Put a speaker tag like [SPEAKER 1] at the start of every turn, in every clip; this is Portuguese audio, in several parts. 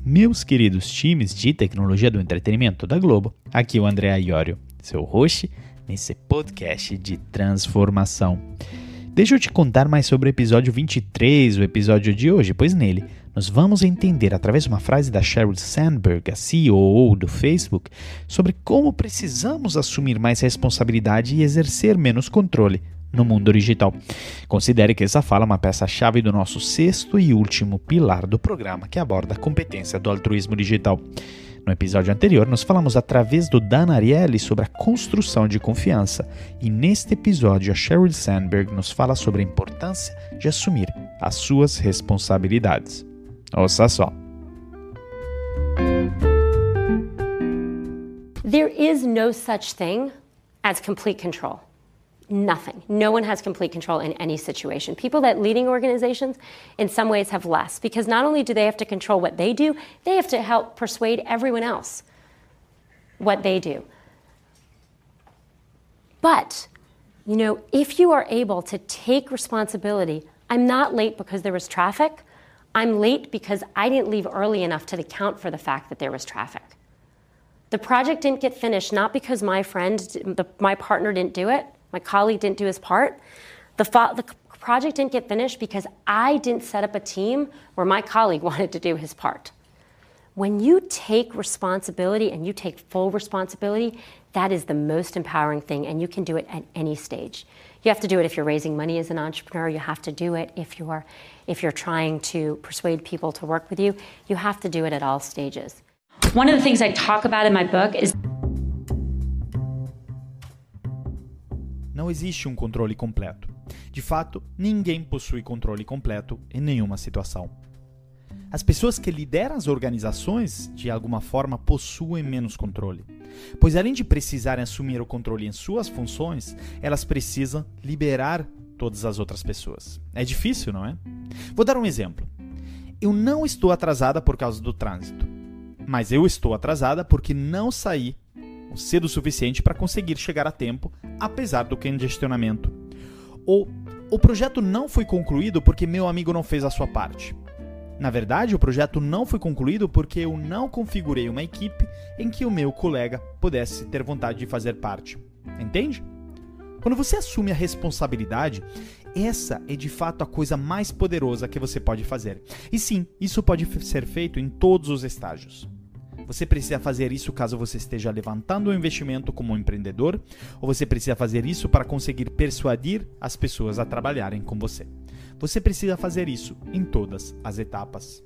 [SPEAKER 1] meus queridos times de tecnologia do entretenimento da Globo. Aqui é o André Iorio, seu host nesse podcast de transformação. Deixa eu te contar mais sobre o episódio 23, o episódio de hoje, pois nele nós vamos entender, através de uma frase da Sheryl Sandberg, a CEO do Facebook, sobre como precisamos assumir mais responsabilidade e exercer menos controle no mundo digital. Considere que essa fala é uma peça-chave do nosso sexto e último pilar do programa, que aborda a competência do altruísmo digital. No episódio anterior, nós falamos através do Dan Ariely sobre a construção de confiança, e neste episódio a Sheryl Sandberg nos fala sobre a importância de assumir as suas responsabilidades. Ouça só.
[SPEAKER 2] There is no such thing as complete control. Nothing. No one has complete control in any situation. People that leading organizations in some ways have less, because not only do they have to control what they do, they have to help persuade everyone else what they do. But, if you are able to take responsibility, I'm not late because there was traffic. I'm late because I didn't leave early enough to account for the fact that there was traffic. The project didn't get finished not because my partner didn't do it. My colleague didn't do his part. The project didn't get finished because I didn't set up a team where my colleague wanted to do his part. When you take responsibility and you take full responsibility, that is the most empowering thing, and you can do it at any stage. You have to do it if you're raising money as an entrepreneur. You have to do it if you're trying to persuade people to work with you. You have to do it at all stages. One of the things I talk about in my book is
[SPEAKER 1] não existe um controle completo. De fato, ninguém possui controle completo em nenhuma situação. As pessoas que lideram as organizações, de alguma forma, possuem menos controle. Pois além de precisarem assumir o controle em suas funções, elas precisam liberar todas as outras pessoas. É difícil, não é? Vou dar um exemplo. Eu não estou atrasada por causa do trânsito, mas eu estou atrasada porque não saí cedo o suficiente para conseguir chegar a tempo, apesar do congestionamento. Ou o projeto não foi concluído porque meu amigo não fez a sua parte. Na verdade, o projeto não foi concluído porque eu não configurei uma equipe em que o meu colega pudesse ter vontade de fazer parte. Entende? Quando você assume a responsabilidade, essa é de fato a coisa mais poderosa que você pode fazer. E sim, isso pode ser feito em todos os estágios. Você precisa fazer isso caso você esteja levantando um investimento como um empreendedor, ou você precisa fazer isso para conseguir persuadir as pessoas a trabalharem com você. Você precisa fazer isso em todas as etapas.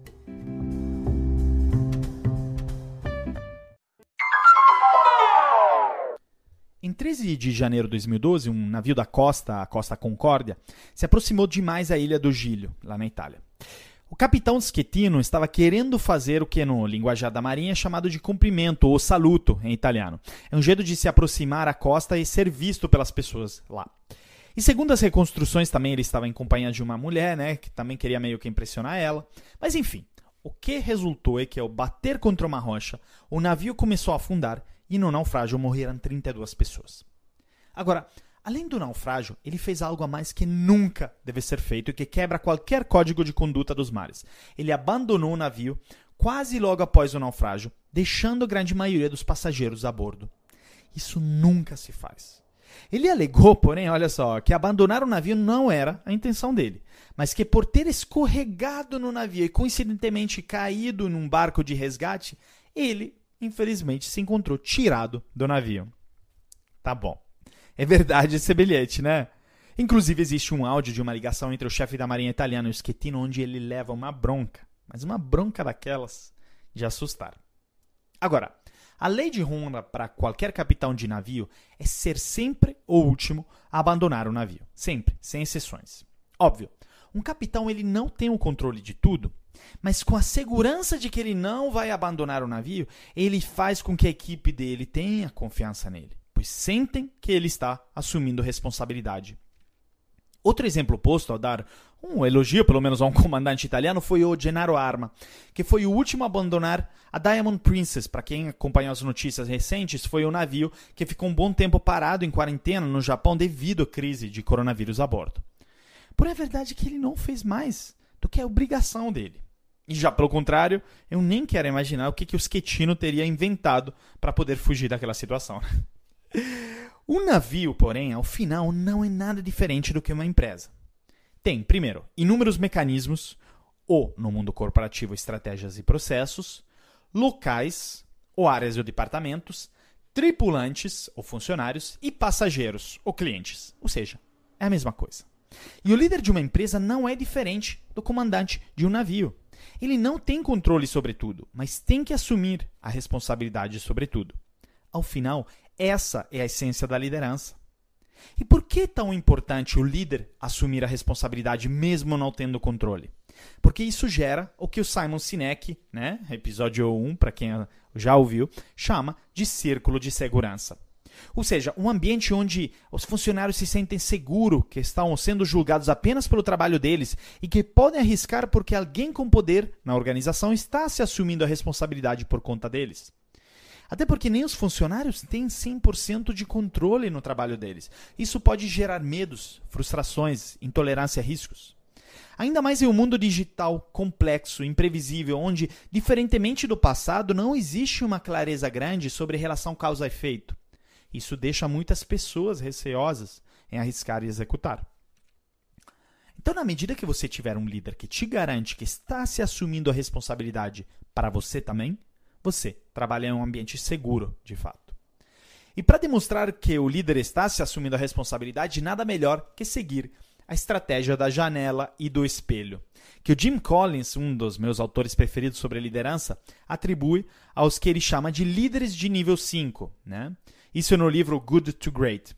[SPEAKER 1] Em 13 de janeiro de 2012, um navio da Costa, a Costa Concórdia, se aproximou demais à ilha do Giglio, lá na Itália. O capitão Schettino estava querendo fazer o que no linguajar da marinha é chamado de cumprimento ou saluto em italiano. É um jeito de se aproximar à costa e ser visto pelas pessoas lá. E segundo as reconstruções também ele estava em companhia de uma mulher, que também queria meio que impressionar ela. Mas enfim, o que resultou é que ao bater contra uma rocha, o navio começou a afundar e no naufrágio morreram 32 pessoas. Agora, além do naufrágio, ele fez algo a mais que nunca deve ser feito e que quebra qualquer código de conduta dos mares. Ele abandonou o navio quase logo após o naufrágio, deixando a grande maioria dos passageiros a bordo. Isso nunca se faz. Ele alegou, porém, olha só, que abandonar o navio não era a intenção dele, mas que por ter escorregado no navio e coincidentemente caído num barco de resgate, ele, infelizmente, se encontrou tirado do navio. Tá bom. É verdade esse bilhete, né? Inclusive, existe um áudio de uma ligação entre o chefe da marinha italiana e o Schettino, onde ele leva uma bronca, mas uma bronca daquelas de assustar. Agora, a lei de honra para qualquer capitão de navio é ser sempre o último a abandonar o navio. Sempre, sem exceções. Óbvio, um capitão ele não tem o controle de tudo, mas com a segurança de que ele não vai abandonar o navio, ele faz com que a equipe dele tenha confiança nele, pois sentem que ele está assumindo responsabilidade. Outro exemplo oposto, ao dar um elogio, pelo menos a um comandante italiano, foi o Gennaro Arma, que foi o último a abandonar a Diamond Princess. Para quem acompanhou as notícias recentes, foi o navio que ficou um bom tempo parado em quarentena no Japão devido à crise de coronavírus a bordo. Porém, a verdade é que ele não fez mais do que a obrigação dele. E já pelo contrário, eu nem quero imaginar o que o Schettino teria inventado para poder fugir daquela situação. Um navio, porém, ao final, não é nada diferente do que uma empresa. Tem, primeiro, inúmeros mecanismos, ou, no mundo corporativo, estratégias e processos, locais, ou áreas ou departamentos, tripulantes, ou funcionários, e passageiros, ou clientes. Ou seja, é a mesma coisa. E o líder de uma empresa não é diferente do comandante de um navio. Ele não tem controle sobre tudo, mas tem que assumir a responsabilidade sobre tudo. Ao final, essa é a essência da liderança. E por que é tão importante o líder assumir a responsabilidade mesmo não tendo controle? Porque isso gera o que o Simon Sinek, episódio 1, para quem já ouviu, chama de círculo de segurança. Ou seja, um ambiente onde os funcionários se sentem seguros que estão sendo julgados apenas pelo trabalho deles e que podem arriscar porque alguém com poder na organização está se assumindo a responsabilidade por conta deles. Até porque nem os funcionários têm 100% de controle no trabalho deles. Isso pode gerar medos, frustrações, intolerância a riscos. Ainda mais em um mundo digital complexo, imprevisível, onde, diferentemente do passado, não existe uma clareza grande sobre relação causa-efeito. Isso deixa muitas pessoas receosas em arriscar e executar. Então, na medida que você tiver um líder que te garante que está se assumindo a responsabilidade para você também, você trabalha em um ambiente seguro, de fato. E para demonstrar que o líder está se assumindo a responsabilidade, nada melhor que seguir a estratégia da janela e do espelho, que o Jim Collins, um dos meus autores preferidos sobre liderança, atribui aos que ele chama de líderes de nível 5, Isso no livro Good to Great.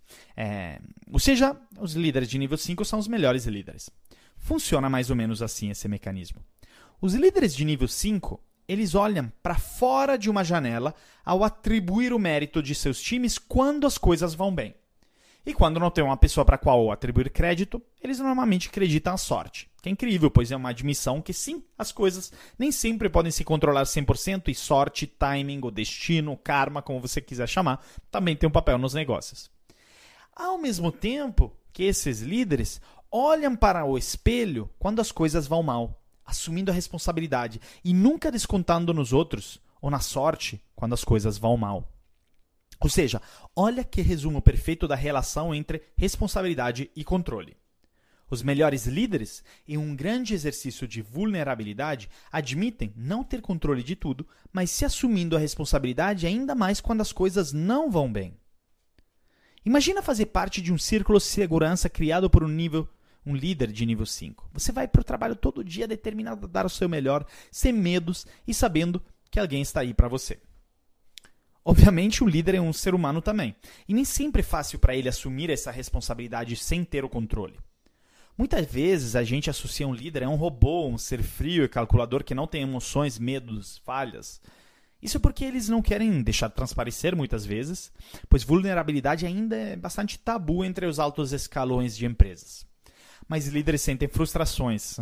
[SPEAKER 1] Ou seja, os líderes de nível 5 são os melhores líderes. Funciona mais ou menos assim esse mecanismo. Os líderes de nível 5, eles olham para fora de uma janela ao atribuir o mérito de seus times quando as coisas vão bem. E quando não tem uma pessoa para a qual atribuir crédito, eles normalmente acreditam a sorte. Que é incrível, pois é uma admissão que sim, as coisas nem sempre podem se controlar 100% e sorte, timing, o destino, karma, como você quiser chamar, também tem um papel nos negócios. Ao mesmo tempo que esses líderes olham para o espelho quando as coisas vão mal, assumindo a responsabilidade e nunca descontando nos outros ou na sorte quando as coisas vão mal. Ou seja, olha que resumo perfeito da relação entre responsabilidade e controle. Os melhores líderes, em um grande exercício de vulnerabilidade, admitem não ter controle de tudo, mas se assumindo a responsabilidade ainda mais quando as coisas não vão bem. Imagina fazer parte de um círculo de segurança criado por um líder de nível 5. Você vai para o trabalho todo dia determinado a dar o seu melhor, sem medos e sabendo que alguém está aí para você. Obviamente, o líder é um ser humano também, e nem sempre é fácil para ele assumir essa responsabilidade sem ter o controle. Muitas vezes a gente associa um líder a um robô, um ser frio e calculador que não tem emoções, medos, falhas. Isso porque eles não querem deixar transparecer muitas vezes, pois vulnerabilidade ainda é bastante tabu entre os altos escalões de empresas. Mas líderes sentem frustrações.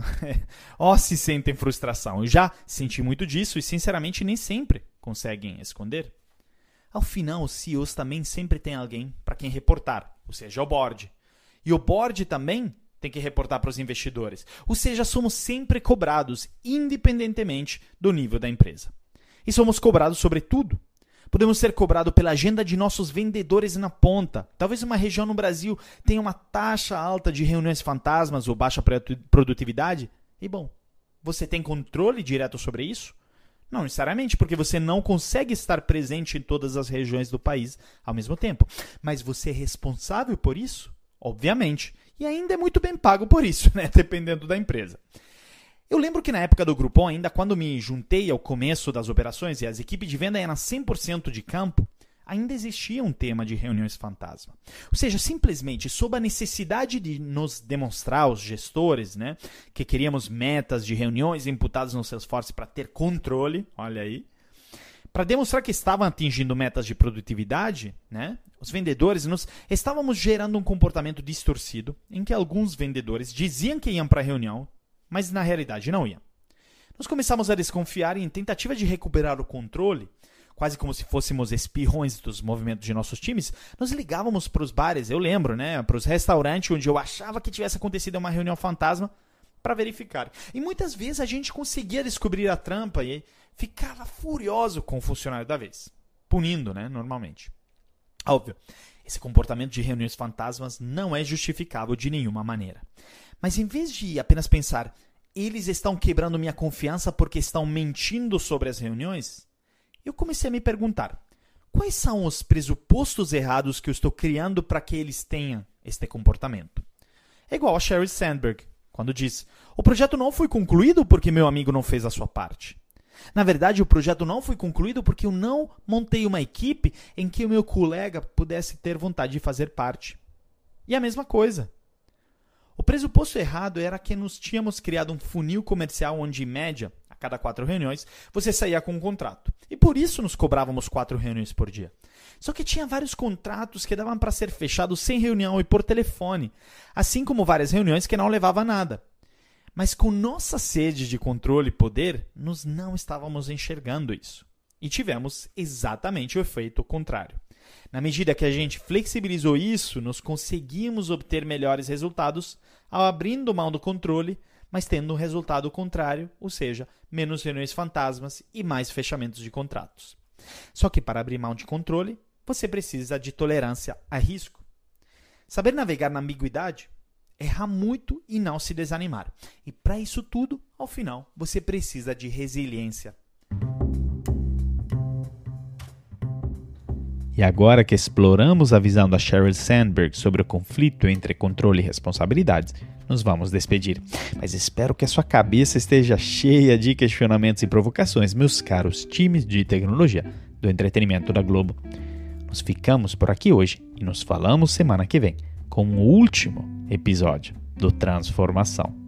[SPEAKER 1] Se sentem frustração. Eu já senti muito disso e, sinceramente, nem sempre conseguem esconder. Ao final, os CEOs também sempre têm alguém para quem reportar, ou seja, o board. E o board também tem que reportar para os investidores. Ou seja, somos sempre cobrados, independentemente do nível da empresa. E somos cobrados sobre tudo. Podemos ser cobrados pela agenda de nossos vendedores na ponta. Talvez uma região no Brasil tenha uma taxa alta de reuniões fantasmas ou baixa produtividade. E bom, você tem controle direto sobre isso? Não necessariamente, porque você não consegue estar presente em todas as regiões do país ao mesmo tempo. Mas você é responsável por isso? Obviamente. E ainda é muito bem pago por isso, dependendo da empresa. Eu lembro que na época do Groupon, ainda quando me juntei ao começo das operações e as equipes de venda eram 100% de campo, ainda existia um tema de reuniões fantasma. Ou seja, simplesmente sob a necessidade de nos demonstrar aos gestores, que queríamos metas de reuniões imputadas no Salesforce para ter controle, olha aí, para demonstrar que estavam atingindo metas de produtividade, os vendedores estávamos gerando um comportamento distorcido em que alguns vendedores diziam que iam para a reunião, mas na realidade não iam. Nós começamos a desconfiar e, em tentativa de recuperar o controle, quase como se fôssemos espiões dos movimentos de nossos times, nós ligávamos para os bares, eu lembro, para os restaurantes onde eu achava que tivesse acontecido uma reunião fantasma, para verificar. E muitas vezes a gente conseguia descobrir a trampa e ficava furioso com o funcionário da vez. Punindo, né, normalmente. Óbvio, esse comportamento de reuniões fantasmas não é justificável de nenhuma maneira. Mas em vez de apenas pensar, eles estão quebrando minha confiança porque estão mentindo sobre as reuniões, eu comecei a me perguntar, quais são os pressupostos errados que eu estou criando para que eles tenham este comportamento? É igual a Sheryl Sandberg, quando diz, o projeto não foi concluído porque meu amigo não fez a sua parte. Na verdade, o projeto não foi concluído porque eu não montei uma equipe em que o meu colega pudesse ter vontade de fazer parte. E a mesma coisa. O pressuposto errado era que nós tínhamos criado um funil comercial onde, em média, a cada 4 reuniões, você saía com um contrato. E por isso nos cobrávamos 4 reuniões por dia. Só que tinha vários contratos que davam para ser fechados sem reunião e por telefone, assim como várias reuniões que não levavam a nada. Mas com nossa sede de controle e poder, nós não estávamos enxergando isso. E tivemos exatamente o efeito contrário. Na medida que a gente flexibilizou isso, nós conseguimos obter melhores resultados ao abrindo mão do controle, mas tendo um resultado contrário, ou seja, menos reuniões fantasmas e mais fechamentos de contratos. Só que para abrir mão de controle, você precisa de tolerância a risco. Saber navegar na ambiguidade, errar muito e não se desanimar. E para isso tudo, ao final, você precisa de resiliência. E agora que exploramos a visão da Sheryl Sandberg sobre o conflito entre controle e responsabilidades, nos vamos despedir. Mas espero que a sua cabeça esteja cheia de questionamentos e provocações, meus caros times de tecnologia do entretenimento da Globo. Nós ficamos por aqui hoje e nos falamos semana que vem com o último episódio do Transformação.